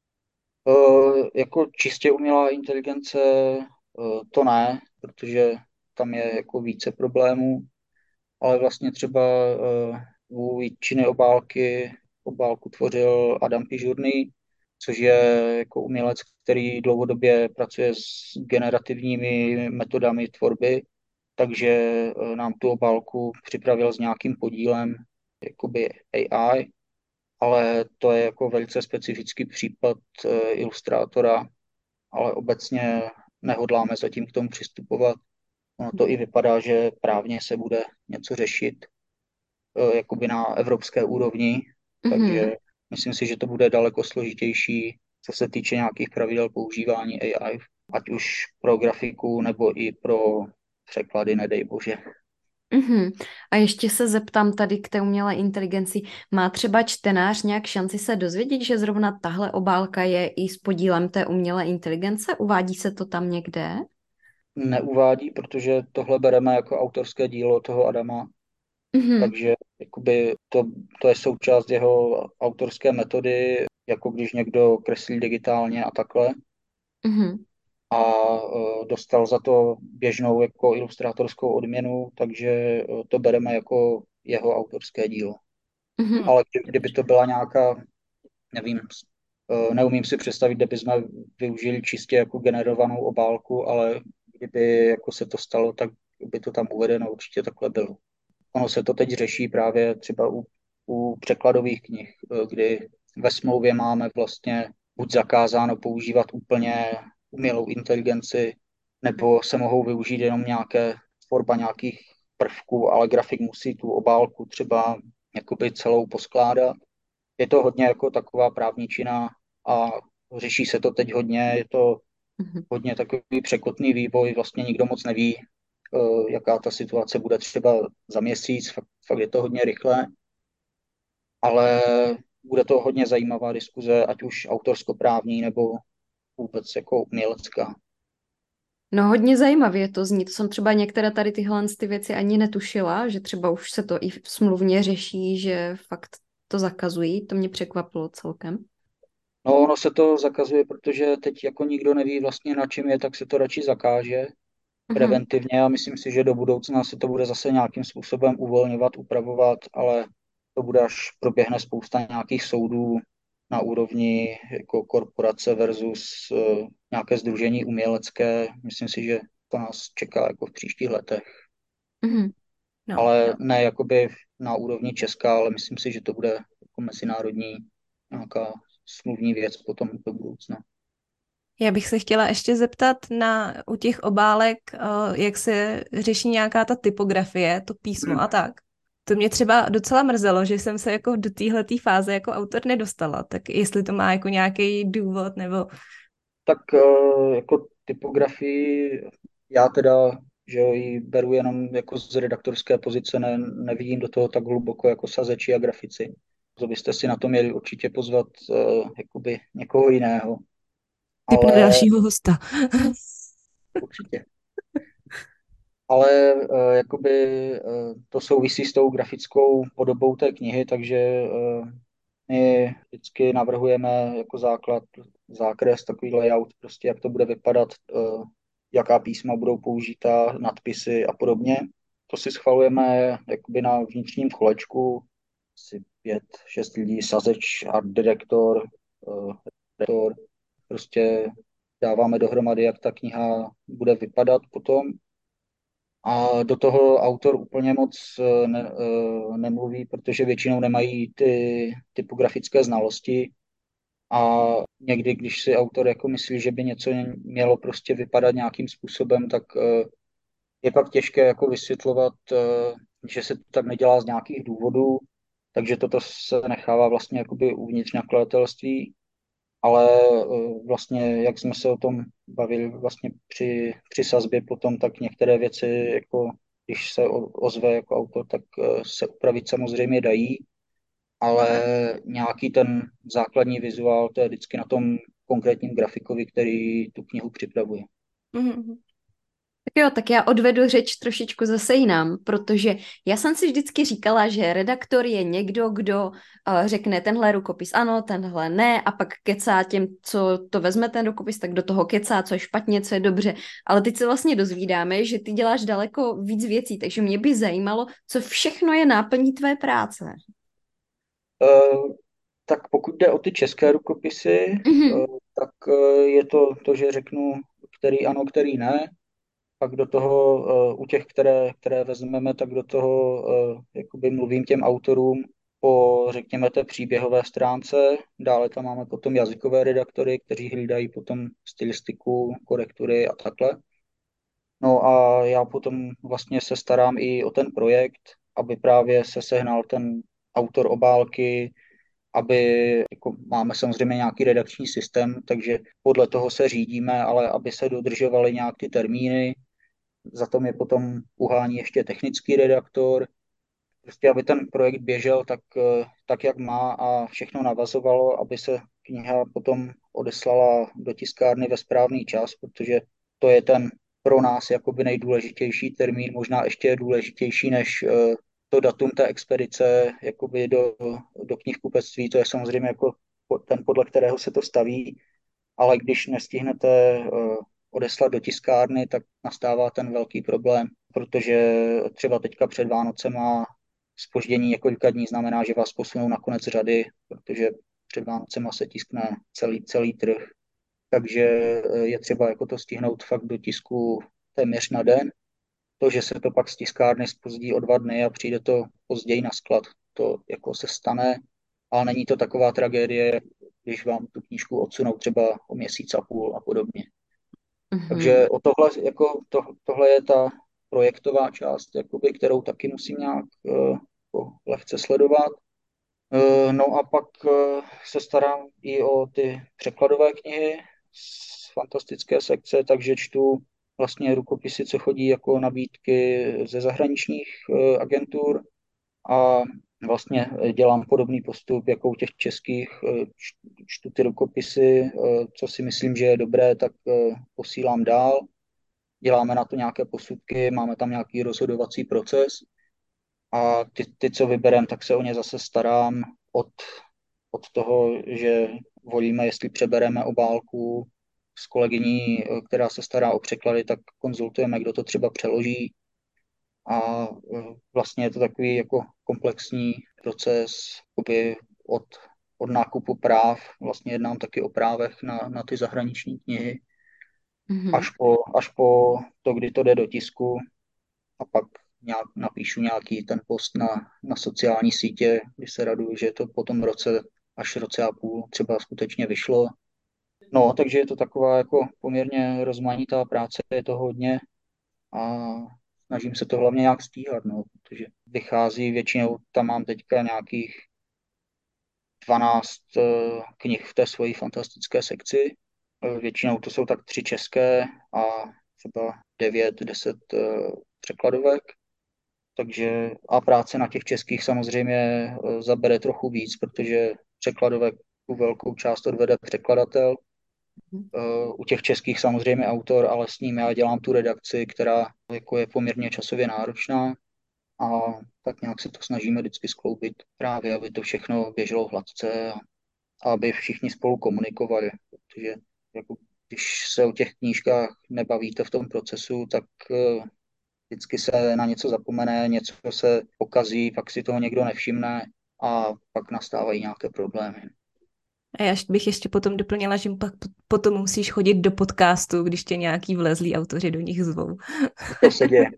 Uh, jako čistě umělá inteligence uh, to ne, protože tam je jako více problémů, ale vlastně třeba uh, u většiny obálky obálku tvořil Adam Pižurný, což je jako umělec, který dlouhodobě pracuje s generativními metodami tvorby, takže eh, nám tu obálku připravil s nějakým podílem jakoby A I, ale to je jako velice specifický případ eh, ilustrátora, ale obecně nehodláme zatím k tomu přistupovat. Ono to i vypadá, že právně se bude něco řešit eh, jakoby na evropské úrovni, Mhm. takže myslím si, že to bude daleko složitější, co se týče nějakých pravidel používání A I, ať už pro grafiku nebo i pro překlady, nedej bože. Mhm. A ještě se zeptám tady k té umělé inteligenci. Má třeba čtenář nějak šanci se dozvědět, že zrovna tahle obálka je i s podílem té umělé inteligence? Uvádí se to tam někde? Neuvádí, protože tohle bereme jako autorské dílo toho Adama, Mhm. takže jakoby to, to je součást jeho autorské metody, jako když někdo kreslí digitálně a takhle. Mhm. A e, dostal za to běžnou jako ilustrátorskou odměnu, takže e, to bereme jako jeho autorské dílo. Mhm. Ale kdy- kdyby to byla nějaká, nevím, e, neumím si představit, kde bychom využili čistě jako generovanou obálku, ale kdyby jako se to stalo, tak by to tam uvedeno určitě takhle bylo. Ono se to teď řeší právě třeba u, u překladových knih, e, kdy ve smlouvě máme vlastně buď zakázáno používat úplně umělou inteligenci, nebo se mohou využít jenom nějaké tvorba nějakých prvků, ale grafik musí tu obálku třeba jakoby celou poskládat. Je to hodně jako taková právničina a řeší se to teď hodně, je to Mhm. hodně takový překotný vývoj, vlastně nikdo moc neví, eh, jaká ta situace bude třeba za měsíc, fakt, fakt je to hodně rychle, ale bude to hodně zajímavá diskuze, ať už autorskoprávní nebo vůbec jako umělecká. No hodně zajímavě to zní. To jsem třeba některé tady tyhle ty věci ani netušila, že třeba už se to i smluvně řeší, že fakt to zakazují. To mě překvapilo celkem. No, ono se to zakazuje, protože teď jako nikdo neví vlastně na čem je, tak se to radši zakáže Mhm. preventivně a myslím si, že do budoucna se to bude zase nějakým způsobem uvolňovat, upravovat, ale to bude, až proběhne spousta nějakých soudů na úrovni jako korporace versus uh, nějaké sdružení umělecké. Myslím si, že to nás čeká jako v příštích letech. Mhm. No. Ale ne jakoby na úrovni Česka, ale myslím si, že to bude jako mezinárodní nějaká smluvní věc potom do budoucna. Já bych se chtěla ještě zeptat na u těch obálek, eh, jak se řeší nějaká ta typografie, to písmo a tak. To mě třeba docela mrzelo, že jsem se jako do téhletý fáze jako autor nedostala. Tak jestli to má jako nějaký důvod nebo... Tak eh, jako typografii já teda, že jo, ji beru jenom jako z redaktorské pozice, ne, nevidím do toho tak hluboko jako sazeči a grafici. To byste si na to měli určitě pozvat uh, jakoby někoho jiného. Typ na Ale dalšího hosta. určitě. Ale uh, jakoby uh, to souvisí s tou grafickou podobou té knihy, takže uh, my vždycky navrhujeme jako základ, zákres, takový layout, prostě jak to bude vypadat, uh, jaká písma budou použita, nadpisy a podobně. To si schvalujeme jakoby na vnitřním kolečku, asi pět, šest lidí, sazeč, art direktor, uh, redaktor, prostě dáváme dohromady, jak ta kniha bude vypadat potom. A do toho autor úplně moc eh, ne, eh, nemluví, protože většinou nemají ty typografické znalosti. A někdy, když si autor jako myslí, že by něco mělo prostě vypadat nějakým způsobem, tak eh, je pak těžké jako vysvětlovat, eh, že se to tak nedělá z nějakých důvodů, takže toto se nechává vlastně jakoby uvnitř nakladatelství, ale eh, vlastně, jak jsme se o tom bavili vlastně při, při sazbě potom, tak některé věci, jako když se o- ozve jako autor, tak eh, se upravit samozřejmě dají, ale nějaký ten základní vizuál, to je vždycky na tom konkrétním grafikovi, který tu knihu připravuje. Mhm. Tak jo, tak já odvedu řeč trošičku zase jinam, protože já jsem si vždycky říkala, že redaktor je někdo, kdo uh, řekne tenhle rukopis ano, tenhle ne a pak kecá těm, co to vezme ten rukopis, tak do toho kecá, co je špatně, co je dobře. Ale teď se vlastně dozvídáme, že ty děláš daleko víc věcí, takže mě by zajímalo, co všechno je náplní tvé práce. Uh, Tak pokud jde o ty české rukopisy, Mhm. eh, tak eh, je to to, že řeknu, který ano, který ne. Pak do toho eh, u těch, které, které vezmeme, tak do toho eh, jakoby mluvím těm autorům po, řekněme, té příběhové stránce. Dále tam máme potom jazykové redaktory, kteří hlídají potom stylistiku, korektury a takhle. No a já potom vlastně se starám i o ten projekt, aby právě se sehnal ten autor obálky, aby jako máme samozřejmě nějaký redakční systém, takže podle toho se řídíme, ale aby se dodržovaly nějak ty termíny. Za to mě potom uhání ještě technický redaktor, prostě aby ten projekt běžel tak, eh, tak, jak má a všechno navazovalo, aby se kniha potom odeslala do tiskárny ve správný čas, protože to je ten pro nás jakoby nejdůležitější termín, možná ještě důležitější než eh, to datum té expedice jakoby do, do knihkupectví, to je samozřejmě jako ten, podle kterého se to staví, ale když nestihnete eh, odeslat do tiskárny, tak nastává ten velký problém, protože třeba teďka před Vánocema zpoždění několika dní znamená, že vás posunou na konec řady, protože před Vánocema se tiskne celý, celý trh. Takže eh, je třeba jako to stihnout fakt do tisku téměř na den. To, že se to pak z tiskárny spozdí o dva dny a přijde to později na sklad, to jako se stane, ale není to taková tragédie, když vám tu knížku odsunou třeba o měsíc a půl a podobně. Mhm. Takže o tohle, jako to, tohle je ta projektová část, jakoby, kterou taky musím nějak uh, lehce sledovat. Uh, no a pak uh, se starám i o ty překladové knihy z fantastické sekce, takže čtu vlastně rukopisy, co chodí jako nabídky ze zahraničních uh, agentur a vlastně dělám podobný postup jako u těch českých. Uh, čtu ty rukopisy, uh, co si myslím, že je dobré, tak uh, posílám dál. Děláme na to nějaké posudky, máme tam nějaký rozhodovací proces a ty, ty co vyberem, tak se o ně zase starám od, od toho, že volíme, jestli přebereme obálku s kolegyní, která se stará o překlady, tak konzultujeme, kdo to třeba přeloží a e, vlastně je to takový jako komplexní proces jakoby od, od nákupu práv, vlastně jednám taky o právech na, na ty zahraniční knihy, až Mhm. po, až po to, kdy to jde do tisku a pak nějak napíšu nějaký ten post na, na sociální sítě, kdy se raduju, že to po tom roce až roce a půl třeba skutečně vyšlo. No, takže je to taková jako poměrně rozmanitá práce, je to hodně a snažím se to hlavně nějak stíhat, no, protože vychází většinou, tam mám teďka nějakých dvanáct eh, knih v té svojí fantastické sekci. Eh, Většinou to jsou tak tři české a třeba devět, deset eh, překladovek. Takže a práce na těch českých samozřejmě eh, zabere trochu víc, protože překladovek tu velkou část odvede překladatel. Eh, U těch českých samozřejmě autor, ale s ním já dělám tu redakci, která jako je poměrně časově náročná a tak nějak se to snažíme vždycky skloubit právě, aby to všechno běželo hladce a aby všichni spolu komunikovali, protože jako, když se o těch knížkách nebavíte v tom procesu, tak eh, vždycky se na něco zapomene, něco se pokazí, pak si toho někdo nevšimne a pak nastávají nějaké problémy. A já bych ještě potom doplnila, že pak potom musíš chodit do podcastu, když tě nějaký vlezlí autoři do nich zvou. To se děje.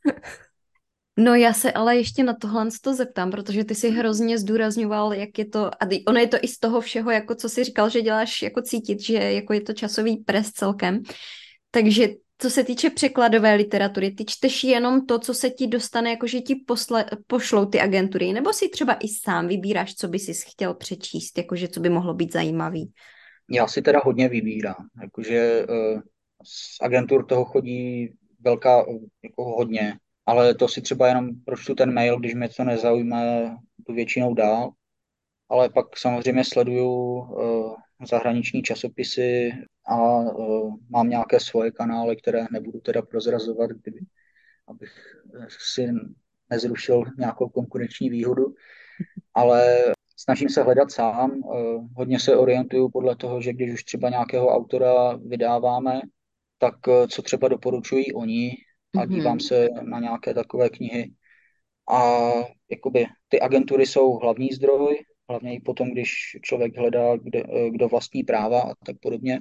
No já se ale ještě na tohle to zeptám, protože ty si hrozně zdůrazňoval, jak je to, a ty- ono je to i z toho všeho, jako co jsi říkal, že děláš jako cítit, že jako je to časový pres celkem. Takže co se týče překladové literatury, ty čteš jenom to, co se ti dostane, jakože ti posle, pošlou ty agentury, nebo si třeba i sám vybíráš, co by si chtěl přečíst, jakože co by mohlo být zajímavý. Já si teda hodně vybírám, jakože eh, z agentur toho chodí velká, jako hodně, ale to si třeba jenom pročtu ten mail, když mě to nezaujme, tu většinou dál, ale pak samozřejmě sleduju eh, zahraniční časopisy a eh, mám nějaké svoje kanály, které nebudu teda prozrazovat, kdyby, abych eh, si nezrušil nějakou konkurenční výhodu, ale snažím se hledat sám. eh, Hodně se orientuju podle toho, že když už třeba nějakého autora vydáváme, tak eh, co třeba doporučují oni a dívám Mhm. se na nějaké takové knihy. A jakoby ty agentury jsou hlavní zdroj, hlavně i potom, když člověk hledá, kde, kdo vlastní práva a tak podobně.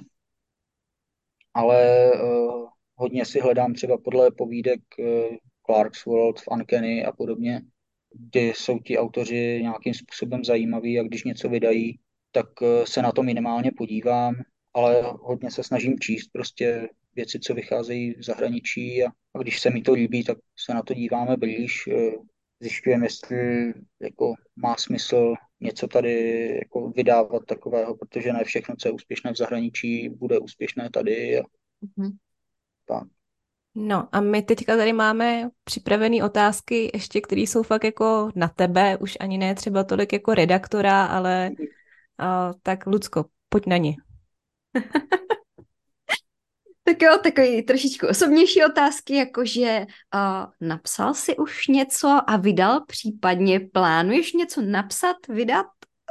Ale uh, hodně si hledám třeba podle povídek uh, Clarkesworld, v Uncanny a podobně, kde jsou ti autoři nějakým způsobem zajímaví a když něco vydají, tak uh, se na to minimálně podívám, ale hodně se snažím číst prostě věci, co vycházejí v zahraničí a, a když se mi to líbí, tak se na to díváme blíž, uh, zjišťujeme, jestli jako má smysl něco tady jako vydávat takového, protože ne všechno, co je úspěšné v zahraničí, bude úspěšné tady a Mhm. tak. No a my teďka tady máme připravené otázky ještě, které jsou fakt jako na tebe, už ani ne třeba tolik jako redaktora, ale uh, tak Lucko, pojď na ně. Tak jo, takový trošičku osobnější otázky, jakože uh, napsal jsi už něco a vydal, případně plánuješ něco napsat, vydat?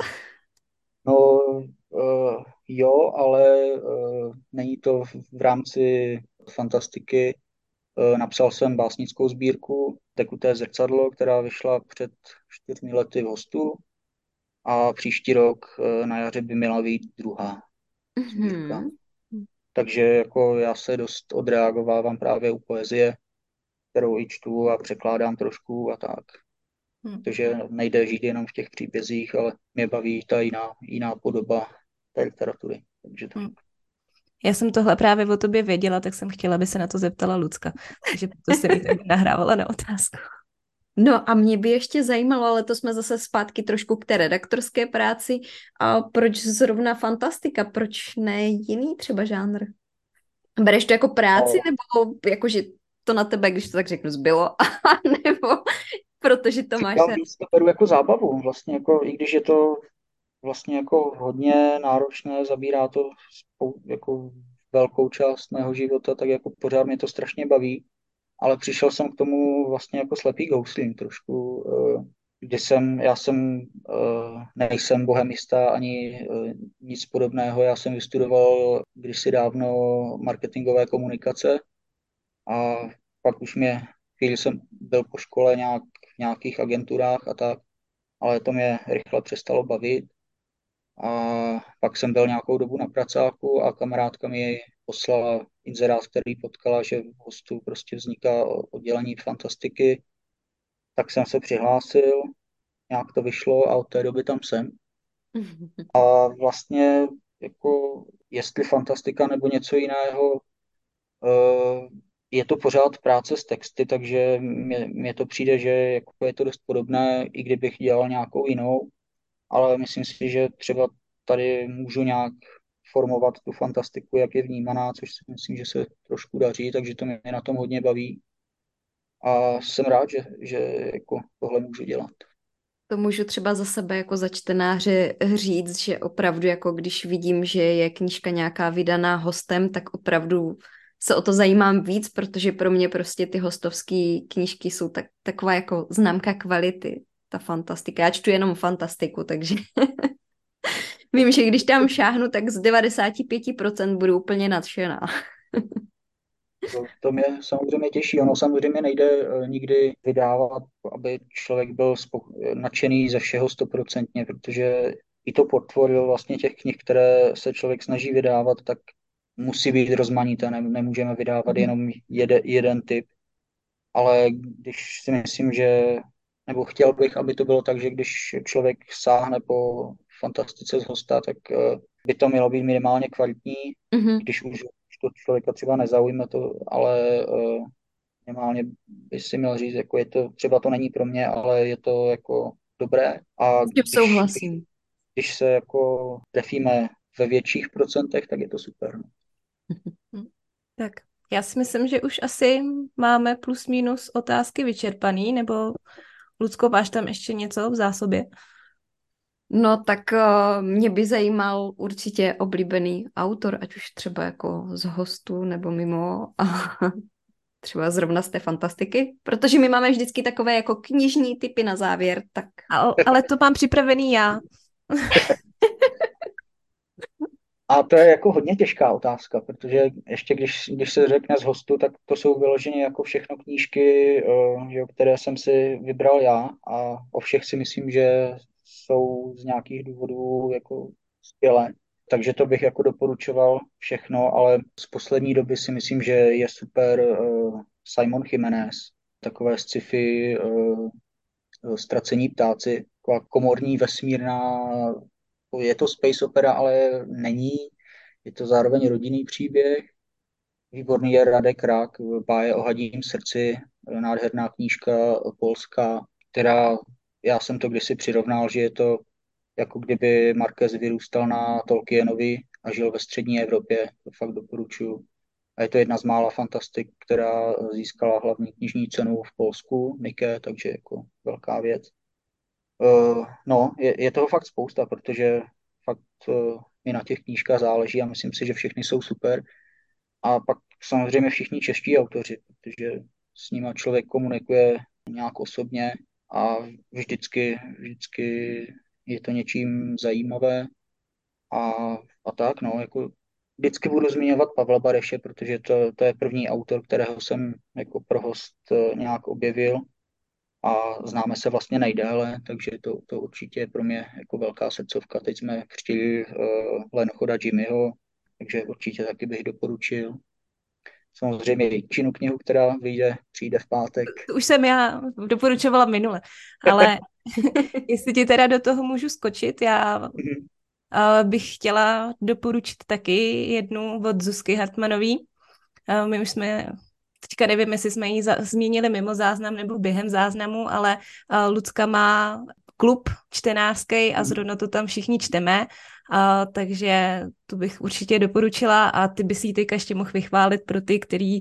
No uh, jo, ale uh, není to v, v rámci fantastiky. Uh, napsal jsem básnickou sbírku Tekuté zrcadlo, která vyšla před čtyřmi lety v Hostu a příští rok uh, na jaře by měla být druhá sbírka. Mhm. Takže jako já se dost odreagovávám právě u poezie, kterou i čtu a překládám trošku a tak. Hm. Protože nejde žít jenom v těch příbězích, ale mě baví ta jiná, jiná podoba té literatury. Takže tak. Hm. Já jsem tohle právě o tobě věděla, tak jsem chtěla, aby se na to zeptala Lucka. Takže to jsem jí tak nahrávala na otázku. No a mě by ještě zajímalo, ale to jsme zase zpátky trošku k té redaktorské práci, a proč zrovna fantastika, proč ne jiný třeba žánr? Bereš to jako práci, No, nebo jakože to na tebe, když to tak řeknu, zbylo, nebo protože to máš říkám, rád? víc to beru jako zábavu. Vlastně jako, i když je to vlastně jako hodně náročné, zabírá to spou, jako velkou část mého života, tak jako pořád mě to strašně baví. Ale přišel jsem k tomu vlastně jako slepý gouslím trošku, eh, kdy jsem, já jsem, eh, nejsem bohemista ani eh, nic podobného, já jsem vystudoval kdysi dávno marketingové komunikace a pak už mě, chvíli jsem byl po škole nějak v nějakých agenturách a tak, ale to mě rychle přestalo bavit a pak jsem byl nějakou dobu na pracáku a kamarádka mi poslala inzerát, který potkala, že v Hostu prostě vzniká oddělení fantastiky, tak jsem se přihlásil, nějak to vyšlo a od té doby tam jsem. A vlastně jako jestli fantastika nebo něco jiného, eh, je to pořád práce s texty, takže mně, mně to přijde, že jako je to dost podobné, i kdybych dělal nějakou jinou, ale myslím si, že třeba tady můžu nějak formovat tu fantastiku, jak je vnímaná, což si myslím, že se trošku daří, takže to mě na tom hodně baví. A jsem rád, že, že jako tohle můžu dělat. To můžu třeba za sebe jako za čtenáře říct, že opravdu jako když vidím, že je knížka nějaká vydaná hostem, tak opravdu se o to zajímám víc, protože pro mě prostě ty hostovské knížky jsou tak, taková jako známka kvality, ta fantastika. Já čtu jenom fantastiku, takže vím, že když tam šáhnu, tak z devadesát pět procent budu úplně nadšená. To, to mě samozřejmě těší. Ono samozřejmě nejde eh, nikdy vydávat, aby člověk byl spo- nadšený ze všeho stoprocentně, protože i to portfolio vlastně těch knih, které se člověk snaží vydávat, tak musí být rozmanité. Ne, nemůžeme vydávat jenom jede, jeden typ. Ale když si myslím, že, nebo chtěl bych, aby to bylo tak, že když člověk sáhne po fantastice z hosta, tak eh, by to mělo být minimálně kvalitní, Mhm. když už to člověka třeba nezaujme to, ale uh, minimálně by si měl říct, jako je to, třeba to není pro mě, ale je to jako dobré a S tím když, když, souhlasím. když se jako trefíme ve větších procentech, tak je to super. No. Tak já si myslím, že už asi máme plus minus otázky vyčerpaný, nebo Lucko, máš tam ještě něco v zásobě? No tak uh, mě by zajímal určitě oblíbený autor, ať už třeba jako z hostů nebo mimo, a třeba zrovna z té fantastiky, protože my máme vždycky takové jako knižní typy na závěr, tak Ale, ale to mám připravený já. A to je jako hodně těžká otázka, protože ještě když, když se řekne z hostu, tak to jsou vyloženě jako všechno knížky, uh, že, které jsem si vybral já a o všech si myslím, že jsou z nějakých důvodů jako skvělé. Takže to bych jako doporučoval všechno, ale z poslední doby si myslím, že je super uh, Simon Jiménez, takové sci-fi uh, Ztracení ptáci, taková komorní vesmírná, je to space opera, ale není, je to zároveň rodinný příběh. Výborný je Radek Rak, Báje o hadím srdci, nádherná knížka polská, která já jsem to kdysi přirovnal, že je to jako kdyby Marquez vyrůstal na Tolkienovi a žil ve střední Evropě. To fakt doporučuju. A je to jedna z mála fantastik, která získala hlavní knižní cenu v Polsku, Nike, takže jako velká věc. Uh, no, je, je toho fakt spousta, protože fakt uh, mi na těch knížkách záleží a myslím si, že všechny jsou super. A pak samozřejmě všichni čeští autoři, protože s nimi člověk komunikuje nějak osobně a vždycky, vždycky je to něčím zajímavé a, a tak, no, jako vždycky budu zmiňovat Pavla Bareše, protože to, to je první autor, kterého jsem jako pro host eh, nějak objevil a známe se vlastně nejdéle, takže to, to určitě je pro mě jako velká srdcovka. Teď jsme křtili uh, lenochoda Jimmyho, takže určitě taky bych doporučil. Samozřejmě i Činu knihu, která vyjde, přijde v pátek. To už jsem já doporučovala minule, ale jestli ti teda do toho můžu skočit, já uh, bych chtěla doporučit taky jednu od Zuzky Hartmanový. Uh, my už jsme, teďka nevím, jestli jsme ji za, zmínili mimo záznam nebo během záznamu, ale uh, Lucka má klub čtenářský a zrovna to tam všichni čteme, uh, takže to bych určitě doporučila a ty bys jí teďka ještě mohl vychválit pro ty, který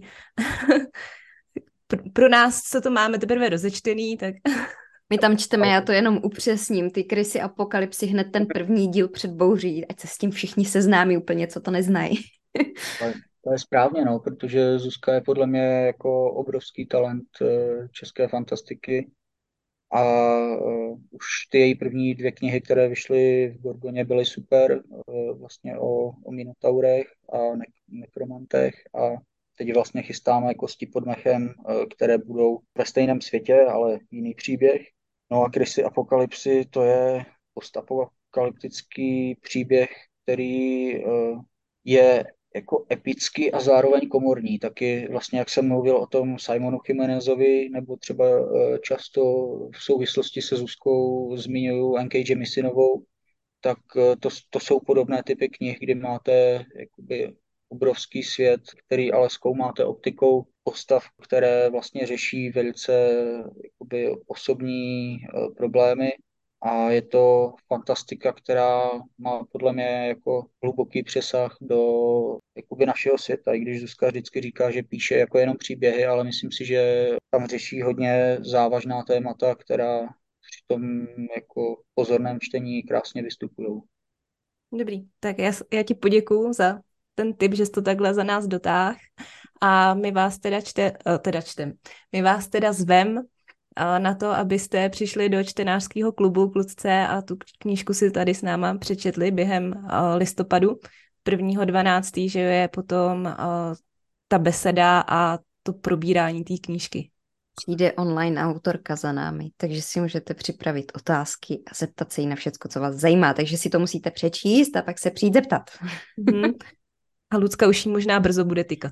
pro nás, co to máme teprve rozečtený, tak... My tam čteme, já to jenom upřesním, ty Krysy Apokalypsy hned ten první díl před bouří, ať se s tím všichni seznámí úplně, co to neznají. To je správně, no, protože Zuzka je podle mě jako obrovský talent eh, české fantastiky a uh, už ty její první dvě knihy, které vyšly v Gorgoně, byly super, uh, vlastně o, o Minotaurech a ne- nekromantech a teď vlastně chystáme Kosti pod mechem, uh, které budou ve stejném světě, ale jiný příběh. No a Krysy Apokalypsy, to je postapokalyptický příběh, který uh, je jako epický a zároveň komorní. Taky vlastně, jak jsem mluvil o tom Simonu Jiménezovi, nebo třeba eh, často v souvislosti se Zuzkou zmiňuju N K Jemisinovou, tak eh, to, to jsou podobné typy knih, kdy máte jakoby obrovský svět, který ale zkoumáte optikou postav, které vlastně řeší velice jakoby osobní eh, problémy a je to fantastika, která má podle mě jako hluboký přesah do jakoby našeho světa, i když Zuzka vždycky říká, že píše jako jenom příběhy, ale myslím si, že tam řeší hodně závažná témata, která při tom jako pozorném čtení krásně vystupují. Dobrý, tak já, já ti poděkuju za ten tip, že jsi to takhle za nás dotáh a my vás teda čte, teda čtem, my vás teda zvem na to, abyste přišli do čtenářského klubu k Lucce a tu knížku si tady s náma přečetli během listopadu prvního dvanáctého že je potom ta beseda a to probírání té knížky. Přijde online autorka za námi, takže si můžete připravit otázky a zeptat se jí na všecko, co vás zajímá, takže si to musíte přečíst a pak se přijít zeptat. Mm-hmm. A Lucka už jí možná brzo bude tykat.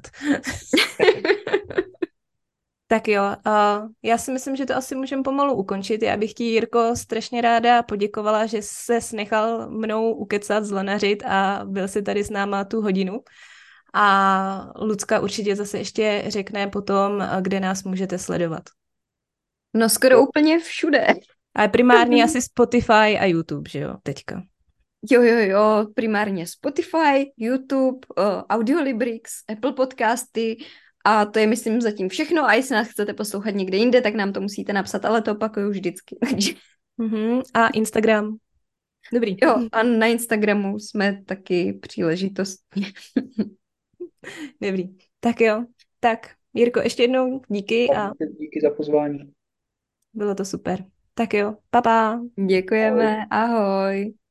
Tak jo, uh, já si myslím, že to asi můžeme pomalu ukončit. Já bych ti, Jirko, strašně ráda poděkovala, že ses nechal mnou ukecat, zlanařit a byl si tady s náma tu hodinu. A Lucka určitě zase ještě řekne potom, kde nás můžete sledovat. No skoro úplně všude. A primárně asi Spotify a YouTube, že jo, teďka. Jo, jo, jo, primárně Spotify, YouTube, uh, Audiolibrix, Apple podcasty a to je, myslím, zatím všechno a jestli nás chcete poslouchat někde jinde, tak nám to musíte napsat, ale to opakuju vždycky. Mm-hmm. A Instagram. Dobrý. Jo, a na Instagramu jsme taky příležitostně. Dobrý. Tak jo. Tak, Jirko, ještě jednou díky a... Díky za pozvání. Bylo to super. Tak jo, pa, pa. Děkujeme, ahoj. ahoj.